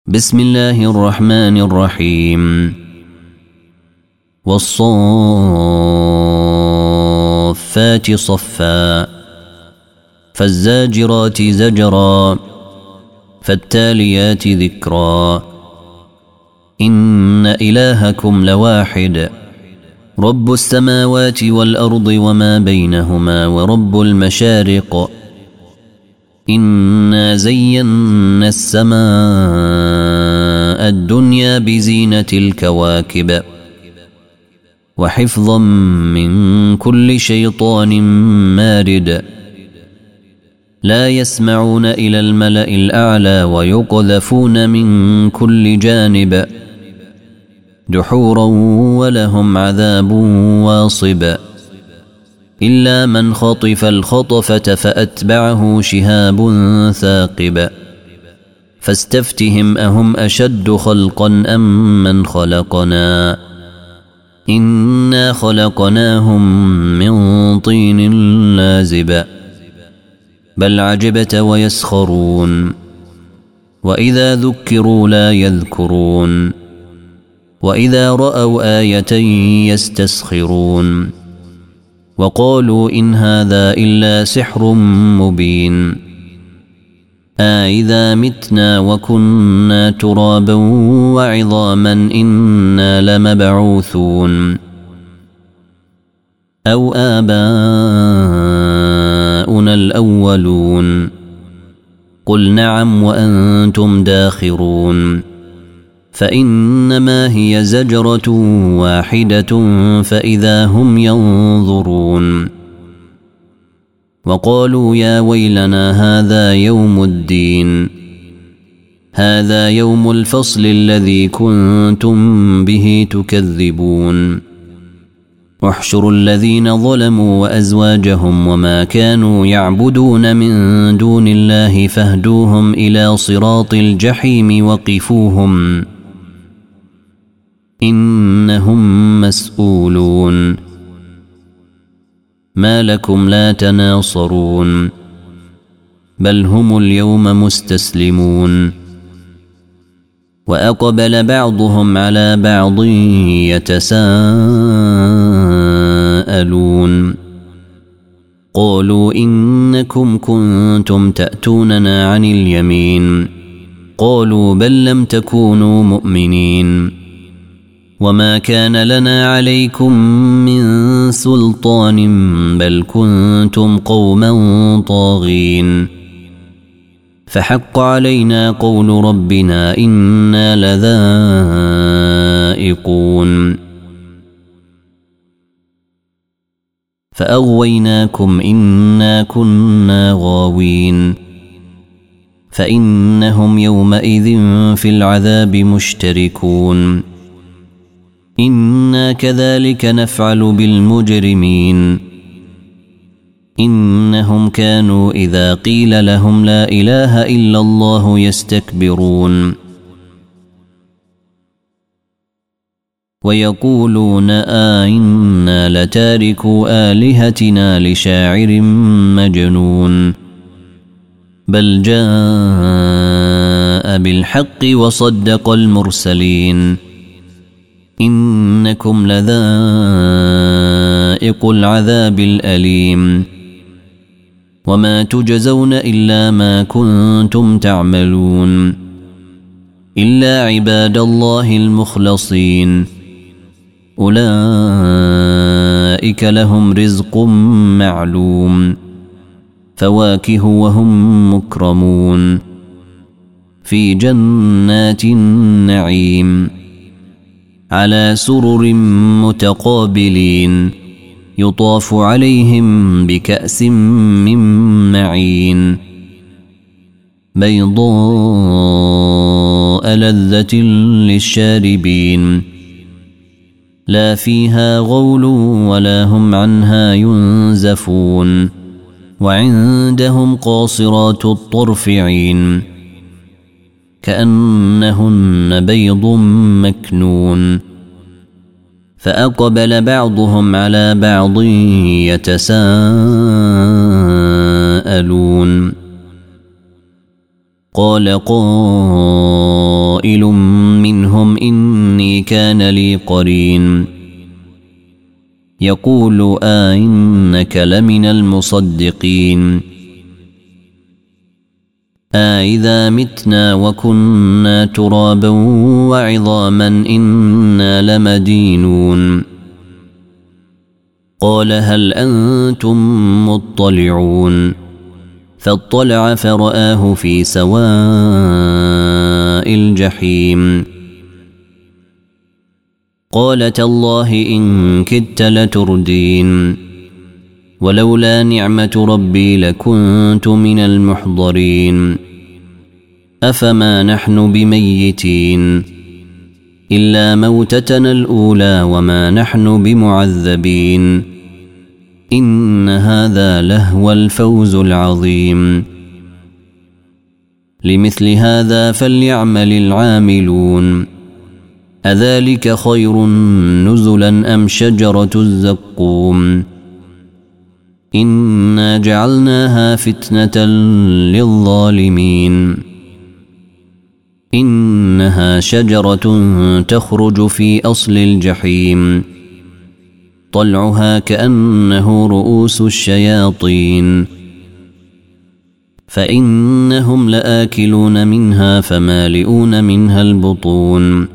بسم الله الرحمن الرحيم. والصافات صفا فالزاجرات زجرا فالتاليات ذكرا إن إلهكم لواحد رب السماوات والأرض وما بينهما ورب المشارق إنا زينا السماء الدنيا بزينة الكواكب وحفظا من كل شيطان مارد لا يسمعون إلى الملأ الأعلى ويقذفون من كل جانب دحورا ولهم عذاب واصب إلا من خطف الخطفة فأتبعه شهاب ثاقب فاستفتهم أهم أشد خلقا أم من خلقنا إنا خلقناهم من طين لازب بل عجبت ويسخرون وإذا ذكروا لا يذكرون وإذا رأوا آية يستسخرون وقالوا إن هذا إلا سحر مبين أإذا متنا وكنا ترابا وعظاما إنا لمبعوثون أو آباؤنا الأولون قل نعم وأنتم داخرون فإنما هي زجرة واحدة فإذا هم ينظرون وقالوا يا ويلنا هذا يوم الدين هذا يوم الفصل الذي كنتم به تكذبون احشروا الذين ظلموا وأزواجهم وما كانوا يعبدون من دون الله فاهدوهم إلى صراط الجحيم وقفوهم إنهم مسؤولون ما لكم لا تناصرون بل هم اليوم مستسلمون وأقبل بعضهم على بعض يتساءلون قالوا إنكم كنتم تأتوننا عن اليمين قالوا بل لم تكونوا مؤمنين وما كان لنا عليكم من سلطان بل كنتم قوما طاغين فحق علينا قول ربنا إنا لذائقون فأغويناكم إنا كنا غاوين فإنهم يومئذ في العذاب مشتركون إنا كذلك نفعل بالمجرمين إنهم كانوا إذا قيل لهم لا إله إلا الله يستكبرون ويقولون أئنا لتاركوا آلهتنا لشاعر مجنون بل جاء بالحق وصدق المرسلين إنكم لذائق العذاب الأليم وما تجزون إلا ما كنتم تعملون إلا عباد الله المخلصين أولئك لهم رزق معلوم فواكه وهم مكرمون في جنات النعيم على سرر متقابلين يطاف عليهم بكأس من معين بيضاء لذة للشاربين لا فيها غول ولا هم عنها ينزفون وعندهم قاصرات الطرف عين كأنهن بيض مكنون فأقبل بعضهم على بعض يتساءلون قال قائل قائل منهم إني كان لي قرين يقول أئنك لمن المصدقين أإذا متنا وكنا ترابا وعظاما إنا لمدينون قال هل أنتم مطلعون فاطلع فرآه في سواء الجحيم قال تالله إن كدت لتردين ولولا نعمة ربي لكنت من المحضرين أفما نحن بميتين إلا موتتنا الأولى وما نحن بمعذبين إن هذا لهو الفوز العظيم لمثل هذا فليعمل العاملون أذلك خير نزلا أم شجرة الزقوم إنا جعلناها فتنة للظالمين إنها شجرة تخرج في أصل الجحيم طلعها كأنه رؤوس الشياطين فإنهم لآكلون منها فمالئون منها البطون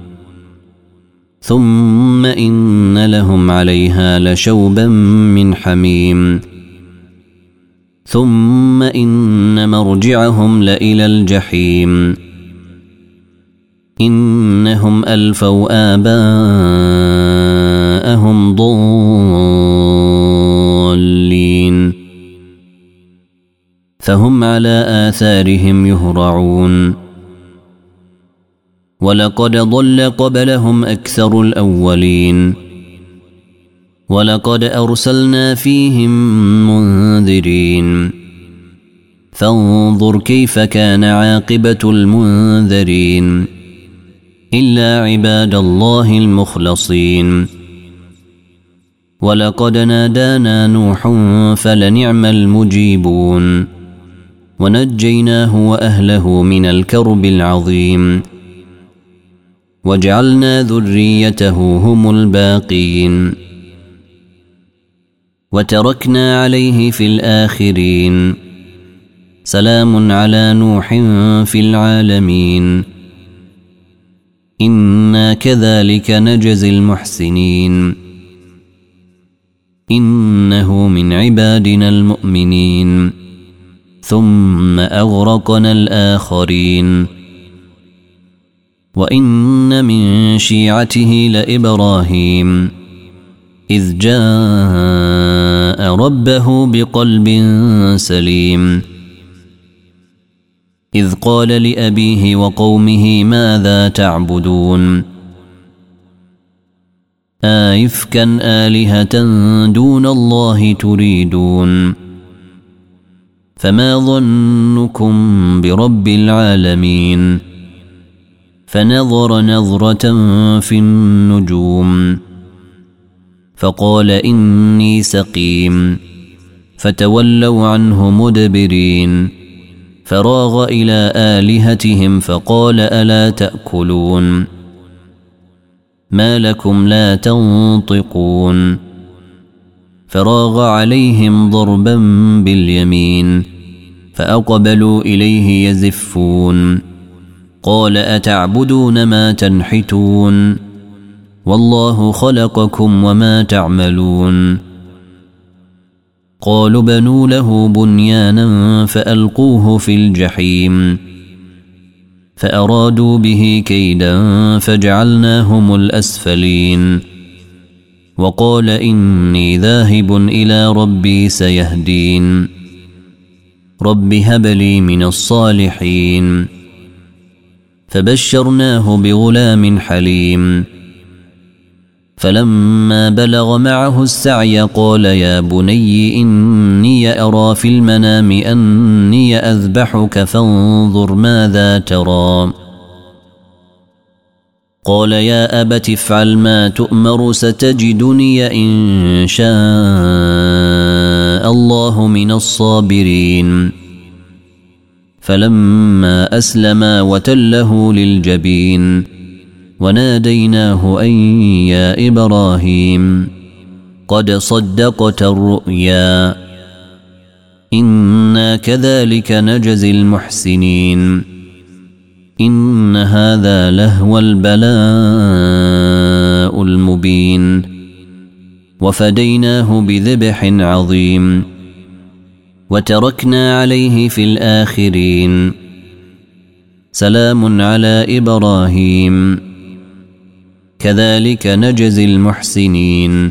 ثم إن لهم عليها لشوبا من حميم ثم إن مرجعهم لإلى الجحيم إنهم ألفوا آباءهم ضالين فهم على آثارهم يهرعون ولقد ضل قبلهم أكثر الأولين ولقد أرسلنا فيهم منذرين فانظر كيف كان عاقبة المنذرين إلا عباد الله المخلصين ولقد نادانا نوح فلنعم المجيبون ونجيناه وأهله من الكرب العظيم وجعلنا ذريته هم الباقين وتركنا عليه في الآخرين سلام على نوح في العالمين إنا كذلك نجزي المحسنين إنه من عبادنا المؤمنين ثم أغرقنا الآخرين وإن من شيعته لإبراهيم إذ جاء ربه بقلب سليم إذ قال لأبيه وقومه ماذا تعبدون آئفكا آلهة دون الله تريدون فما ظنكم برب العالمين فنظر نظرة في النجوم فقال إني سقيم فتولوا عنه مدبرين فراغ إلى آلهتهم فقال ألا تأكلون ما لكم لا تنطقون فراغ عليهم ضربا باليمين فأقبلوا إليه يزفون قال أتعبدون ما تنحتون والله خلقكم وما تعملون قالوا بنوا له بنيانا فألقوه في الجحيم فأرادوا به كيدا فجعلناهم الأسفلين وقال إني ذاهب إلى ربي سيهدين رب هب لي من الصالحين فبشرناه بغلام حليم فلما بلغ معه السعي قال يا بني إني أرى في المنام أني أذبحك فانظر ماذا ترى قال يا أبت افعل ما تؤمر ستجدني إن شاء الله من الصابرين فلما أسلما وتله للجبين وناديناه أن يا إبراهيم قد صدقت الرؤيا إنا كذلك نجزي المحسنين إن هذا لهو البلاء المبين وفديناه بذبح عظيم وتركنا عليه في الآخرين سلام على إبراهيم كذلك نجزي المحسنين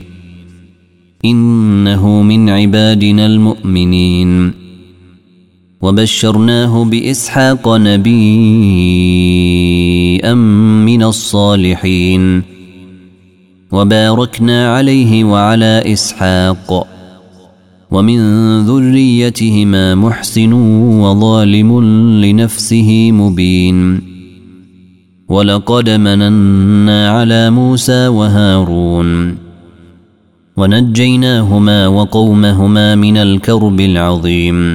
إنه من عبادنا المؤمنين وبشرناه بإسحاق نبيا من الصالحين وباركنا عليه وعلى إسحاق ومن ذريتهما محسن وظالم لنفسه مبين ولقد مننا على موسى وهارون ونجيناهما وقومهما من الكرب العظيم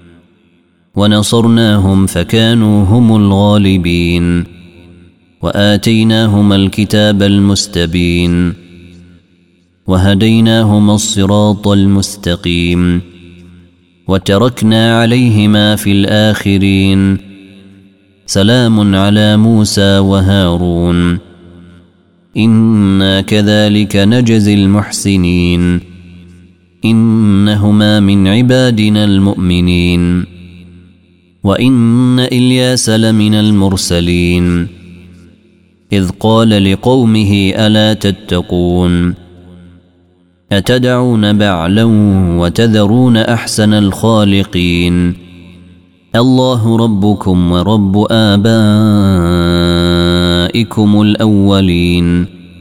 ونصرناهم فكانوا هم الغالبين وآتيناهما الكتاب المستبين وهديناهما الصراط المستقيم وتركنا عليهما في الآخرين سلام على موسى وهارون إنا كذلك نجزي المحسنين إنهما من عبادنا المؤمنين وإن إلياس لمن المرسلين إذ قال لقومه ألا تتقون أتدعون بعلا وتذرون أحسن الخالقين الله ربكم ورب آبائكم الأولين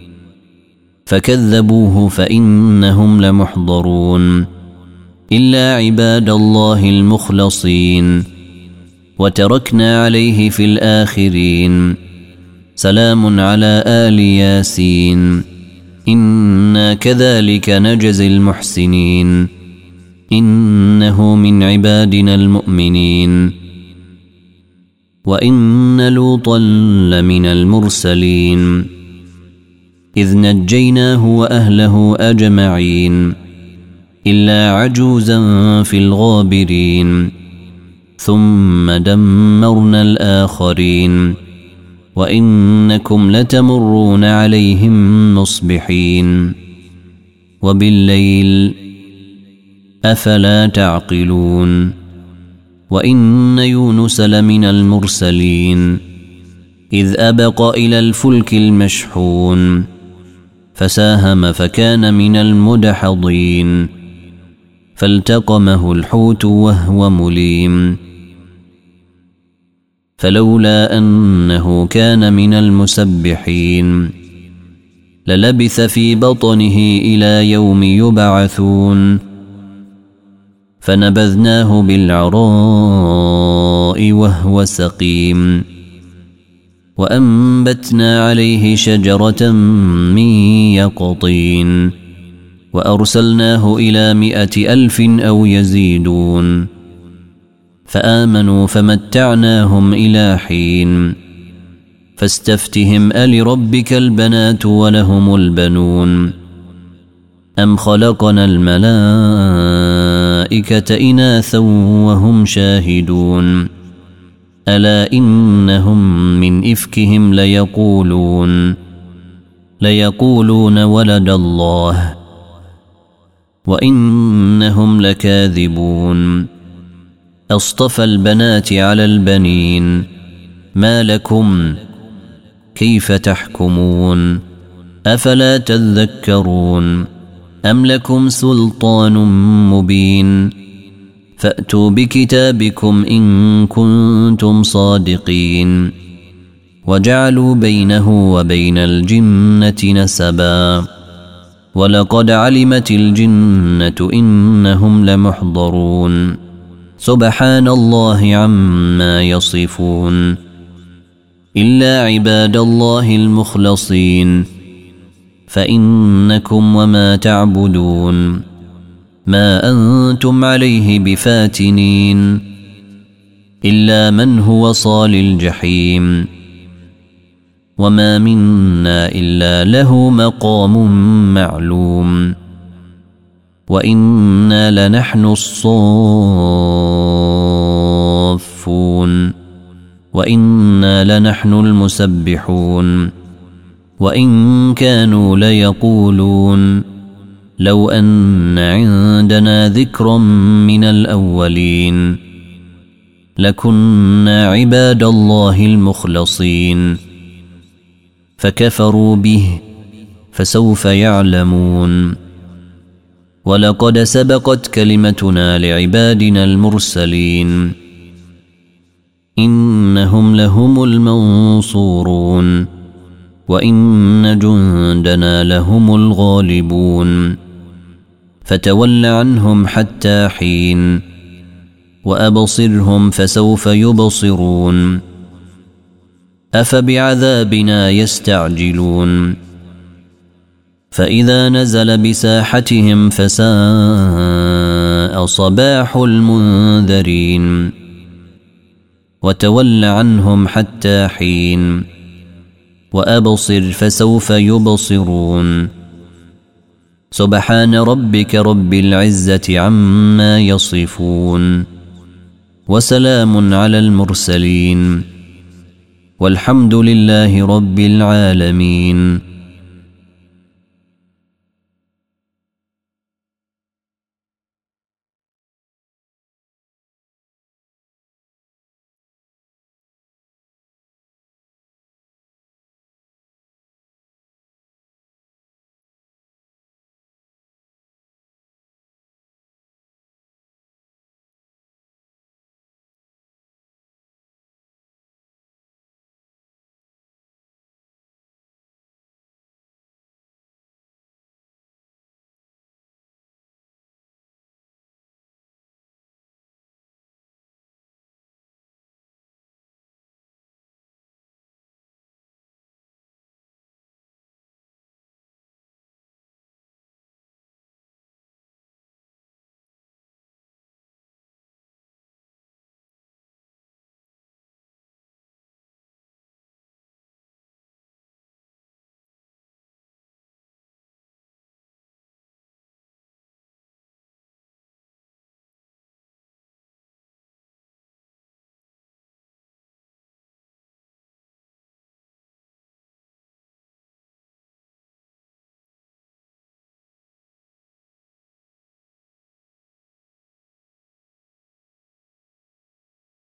فكذبوه فإنهم لمحضرون إلا عباد الله المخلصين وتركنا عليه في الآخرين سلام على آل ياسين إنا كذلك نجزي المحسنين إنه من عبادنا المؤمنين وإن لوطا لمن المرسلين إذ نجيناه وأهله أجمعين إلا عجوزا في الغابرين ثم دمرنا الآخرين وإنكم لتمرون عليهم مصبحين وبالليل أفلا تعقلون وإن يونس لمن المرسلين إذ أبق إلى الفلك المشحون فساهم فكان من المدحضين فالتقمه الحوت وهو مليم فلولا أنه كان من المسبحين للبث في بطنه إلى يوم يبعثون فنبذناه بالعراء وهو سقيم وأنبتنا عليه شجرة من يقطين وأرسلناه إلى 100,000 أو يزيدون فآمنوا فمتعناهم إلى حين فاستفتهم ألربك البنات ولهم البنون أم خلقنا الملائكة إناثا وهم شاهدون ألا إنهم من إفكهم ليقولون ولد الله وإنهم لكاذبون أصطفى البنات على البنين ما لكم كيف تحكمون أفلا تذكرون أم لكم سلطان مبين فأتوا بكتابكم إن كنتم صادقين وجعلوا بينه وبين الجنة نسبا ولقد علمت الجنة إنهم لمحضرون سبحان الله عما يصفون إلا عباد الله المخلصين فإنكم وما تعبدون ما أنتم عليه بفاتنين إلا من هو صال الجحيم وما منا إلا له مقام معلوم وإنا لنحن الصافون وإنا لنحن المسبحون وإن كانوا ليقولون لو أن عندنا ذكرا من الأولين لكنا عباد الله المخلصين فكفروا به فسوف يعلمون ولقد سبقت كلمتنا لعبادنا المرسلين إنهم لهم المنصورون وإن جندنا لهم الغالبون فتول عنهم حتى حين وأبصرهم فسوف يبصرون أفبعذابنا يستعجلون فإذا نزل بساحتهم فساء صباح المنذرين وتول عنهم حتى حين وأبصر فسوف يبصرون سبحان ربك رب العزة عما يصفون وسلام على المرسلين والحمد لله رب العالمين.